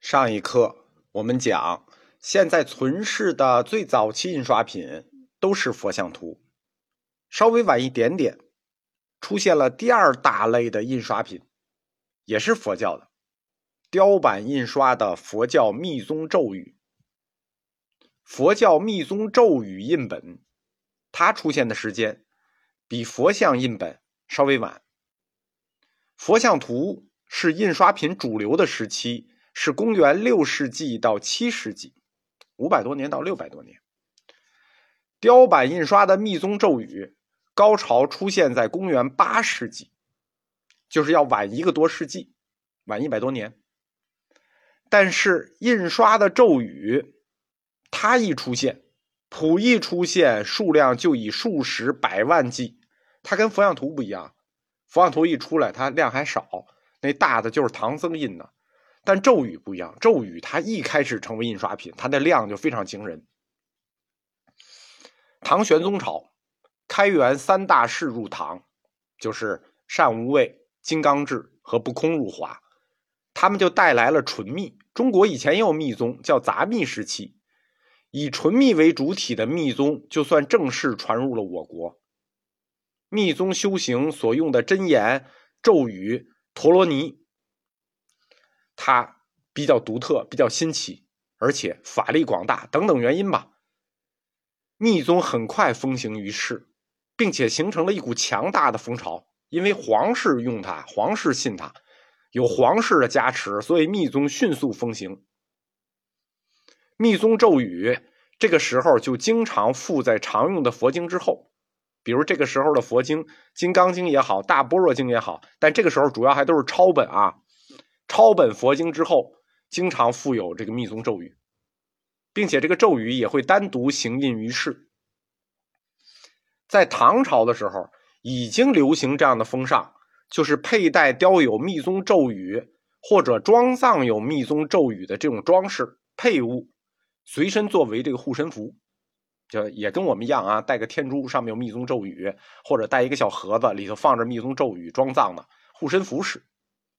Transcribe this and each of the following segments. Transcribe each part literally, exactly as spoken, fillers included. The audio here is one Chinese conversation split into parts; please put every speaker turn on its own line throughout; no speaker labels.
上一课我们讲，现在存世的最早期印刷品都是佛像图，稍微晚一点点，出现了第二大类的印刷品，也是佛教的，雕版印刷的佛教密宗咒语。佛教密宗咒语印本，它出现的时间比佛像印本稍微晚。佛像图是印刷品主流的时期，是公元六世纪到七世纪，五百多年到六百多年。雕版印刷的密宗咒语高潮出现在公元八世纪，就是要晚一个多世纪，晚一百多年。但是印刷的咒语，它一出现，谱一出现，数量就以数十百万计。它跟佛像图不一样，佛像图一出来，它量还少，那大的就是唐僧印的。但咒语不一样，咒语它一开始成为印刷品，它的量就非常惊人。唐玄宗朝，开元三大士入唐，就是善无畏、金刚智和不空入华，他们就带来了纯密。中国以前也有密宗，叫杂密时期，以纯密为主体的密宗就算正式传入了我国。密宗修行所用的真言、咒语、陀罗尼，它比较独特，比较新奇，而且法力广大等等原因吧，密宗很快风行于世，并且形成了一股强大的风潮。因为皇室用它，皇室信它，有皇室的加持，所以密宗迅速风行。密宗咒语这个时候就经常附在常用的佛经之后，比如这个时候的佛经，金刚经也好，大般若经也好，但这个时候主要还都是抄本啊。抄本佛经之后，经常附有这个密宗咒语，并且这个咒语也会单独行印于世。在唐朝的时候，已经流行这样的风尚，就是佩戴雕有密宗咒语或者装藏有密宗咒语的这种装饰配物，随身作为这个护身符，就也跟我们一样啊，带个天珠上面有密宗咒语，或者带一个小盒子里头放着密宗咒语装藏的护身符使。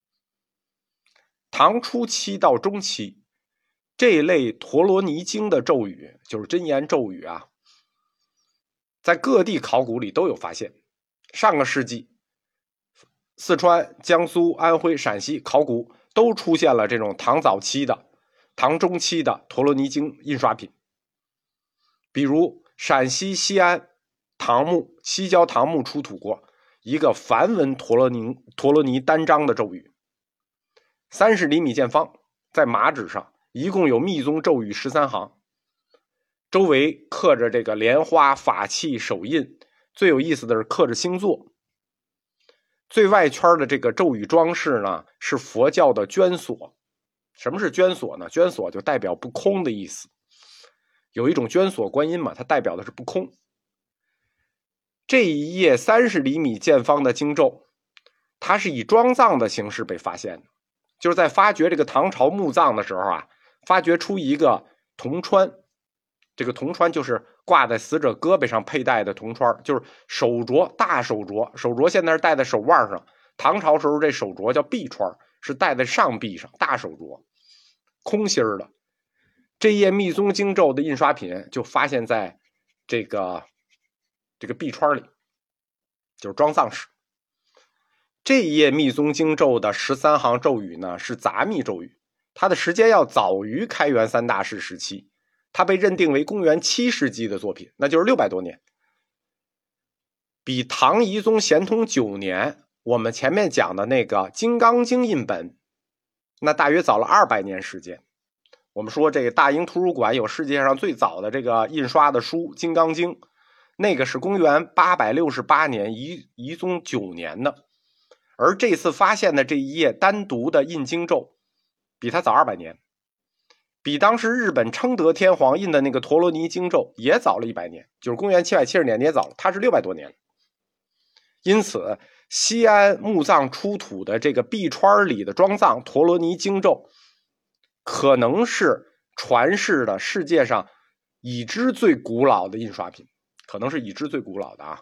唐初期到中期，这一类陀罗尼经的咒语，就是真言咒语啊，在各地考古里都有发现。上个世纪，四川、江苏、安徽、陕西考古都出现了这种唐早期的、唐中期的陀罗尼经印刷品。比如陕西西安唐墓西郊唐墓出土过一个梵文陀罗尼陀罗尼单章的咒语，三十厘米见方，在麻纸上，一共有密宗咒语十三行，周围刻着这个莲花、法器、手印，最有意思的是刻着星座。最外圈的这个咒语装饰呢，是佛教的捐锁。什么是捐锁呢？捐锁就代表不空的意思。有一种捐锁观音嘛，它代表的是不空。这一页三十厘米见方的经咒，它是以装藏的形式被发现的。就是在发掘这个唐朝墓葬的时候啊，发掘出一个铜川，这个铜川就是挂在死者胳膊上佩戴的铜川，就是手镯，大手镯，手镯现在是戴在手腕上，唐朝时候这手镯叫臂川，是戴在上臂上，大手镯，空心的。这页密宗经咒的印刷品就发现在这个这个臂川里，就是装藏史。这一页密宗经咒的十三行咒语呢，是杂密咒语，它的时间要早于开元三大士时期，它被认定为公元七世纪的作品，那就是六百多年，比唐懿宗咸通九年我们前面讲的那个金刚经印本，那大约早了二百年时间。我们说这个大英图书馆有世界上最早的这个印刷的书《金刚经》，那个是公元八百六十八年懿懿宗九年的。而这次发现的这一页单独的印经咒比它早二百年，比当时日本称德天皇印的那个陀罗尼经咒也早了一百年，就是公元七百七十年也早了，它是六百多年。因此西安墓葬出土的这个臂川里的装藏陀罗尼经咒，可能是传世的世界上已知最古老的印刷品，可能是已知最古老的啊。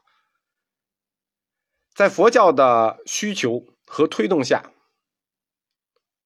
在佛教的需求和推动下，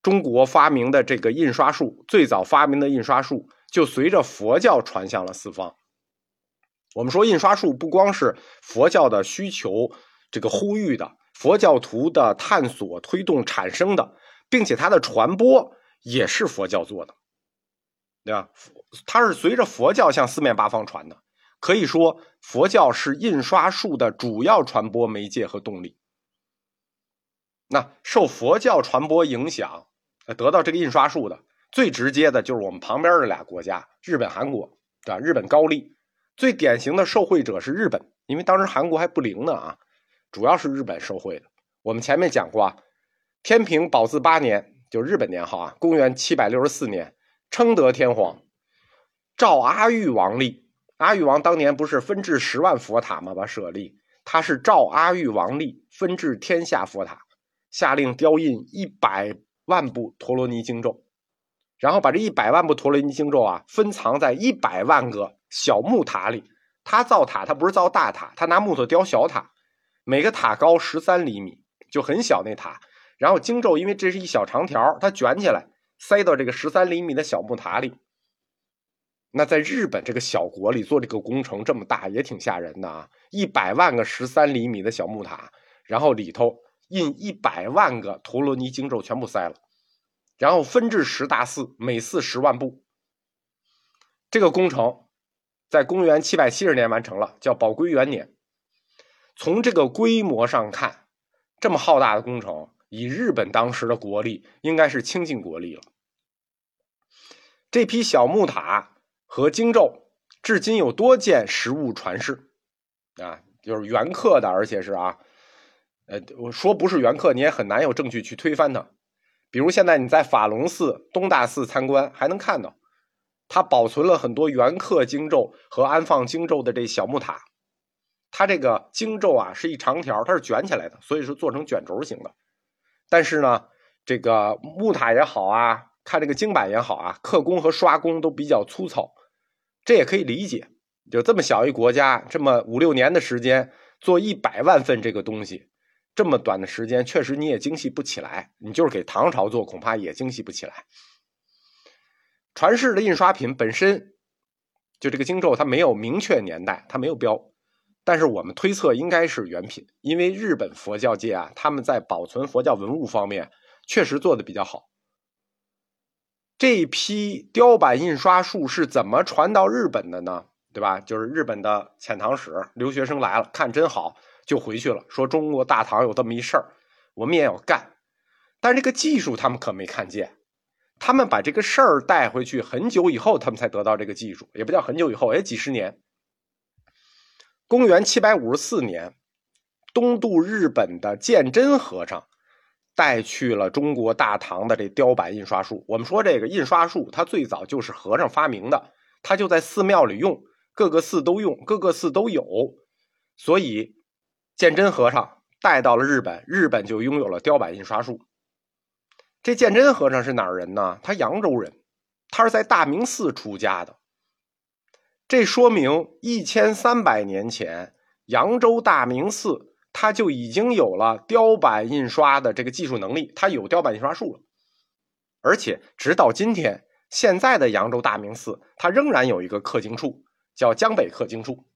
中国发明的这个印刷术，最早发明的印刷术就随着佛教传向了四方。我们说印刷术不光是佛教的需求这个呼吁的，佛教徒的探索推动产生的，并且它的传播也是佛教做的，对吧？它是随着佛教向四面八方传的，可以说佛教是印刷术的主要传播媒介和动力。那受佛教传播影响得到这个印刷术的最直接的就是我们旁边的俩国家，日本韩国，对吧？日本高丽最典型的受惠者是日本，因为当时韩国还不灵呢啊，主要是日本受惠的。我们前面讲过啊，天平宝字八年，就日本年号啊，公元七百六十四年，称德天皇赵阿育王立。阿育王当年不是分治十万佛塔吗？把舍利，他是赵阿育王立，分治天下佛塔，下令雕印一百万部陀罗尼经咒，然后把这一百万部陀罗尼经咒啊分藏在一百万个小木塔里。他造塔，他不是造大塔，他拿木头雕小塔，每个塔高十三厘米，就很小那塔。然后经咒因为这是一小长条，它卷起来塞到这个十三厘米的小木塔里。那在日本这个小国里做这个工程这么大也挺吓人的啊！一百万个十三厘米的小木塔，然后里头印一百万个陀罗尼经咒全部塞了，然后分治十大寺，每寺十万部。这个工程在公元七百七十年完成了，叫宝龟元年。从这个规模上看，这么浩大的工程，以日本当时的国力，应该是倾尽国力了。这批小木塔和经咒至今有多件实物传世啊，就是原刻的，而且是啊，呃，我说不是原刻，你也很难有证据去推翻它。比如现在你在法隆寺、东大寺参观，还能看到它保存了很多原刻经咒和安放经咒的这小木塔。它这个经咒啊是一长条，它是卷起来的，所以是做成卷轴形的。但是呢，这个木塔也好啊，看这个经版也好啊，刻工和刷工都比较粗糙。这也可以理解，就这么小一国家，这么五六年的时间做一百万份这个东西，这么短的时间，确实你也精细不起来。你就是给唐朝做，恐怕也精细不起来。传世的印刷品本身，就这个经咒，它没有明确年代，它没有标，但是我们推测应该是原品，因为日本佛教界啊，他们在保存佛教文物方面确实做得比较好。这一批雕版印刷术是怎么传到日本的呢？对吧？就是日本的遣唐使留学生来了，看真好，就回去了，说中国大唐有这么一事儿，我们也要干。但是这个技术他们可没看见，他们把这个事儿带回去很久以后，他们才得到这个技术，也不叫很久以后，也几十年。公元七百五十四年，东渡日本的鉴真和尚带去了中国大唐的这雕版印刷术。我们说这个印刷术它最早就是和尚发明的，它就在寺庙里用，各个寺都用，各个寺都有，所以鉴真和尚带到了日本，日本就拥有了雕版印刷术。这鉴真和尚是哪儿人呢？他扬州人，他是在大明寺出家的。这说明一千三百年前扬州大明寺它就已经有了雕版印刷的这个技术能力，它有雕版印刷术了。而且直到今天，现在的扬州大明寺它仍然有一个刻经处，叫江北刻经处。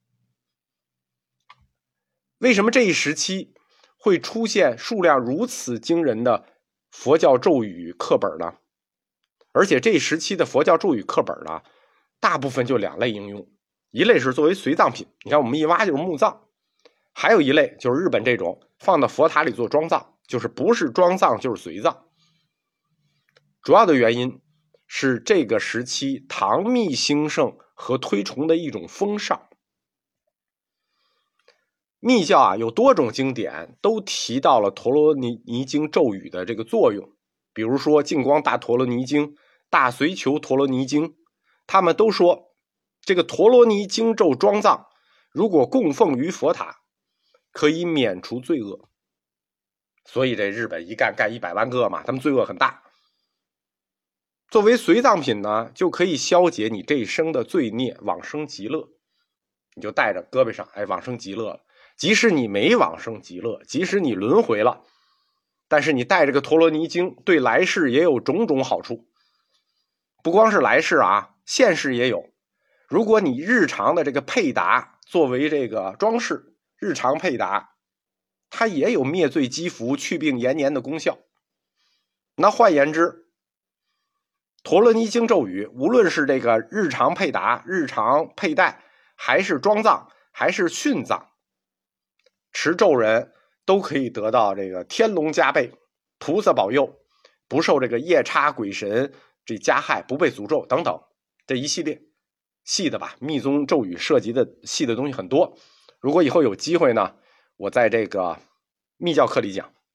为什么这一时期会出现数量如此惊人的佛教咒语课本呢？而且这一时期的佛教咒语课本呢，大部分就两类应用，一类是作为随葬品，你看我们一挖就是墓葬，还有一类就是日本这种放到佛塔里做装葬，就是不是装葬就是随葬。主要的原因是这个时期唐密兴盛和推崇的一种风尚。密教啊有多种经典都提到了陀罗尼经咒语的这个作用，比如说净光大陀罗尼经、大随求陀罗尼经，他们都说这个陀罗尼经咒装藏如果供奉于佛塔，可以免除罪恶。所以这日本一干干一百万个嘛，他们罪恶很大。作为随葬品呢，就可以消解你这一生的罪孽，往生极乐。你就带着胳膊上，哎，往生极乐了。即使你没往生极乐，即使你轮回了， 但是你带这个陀罗尼经对来世也有种种好处，不光是来世啊，现世也有。如果你日常的这个配搭作为这个装饰，日常配搭，它也有灭罪积福、去病延年的功效。那换言之，陀罗尼经咒语无论是这个日常配搭、日常佩戴，还是装藏，还是殉葬，持咒人都可以得到这个天龙加倍、菩萨保佑，不受这个夜叉鬼神这加害，不被诅咒等等，这一系列细的吧，密宗咒语涉及的细的东西很多。如果以后有机会呢，我在这个密教课里讲。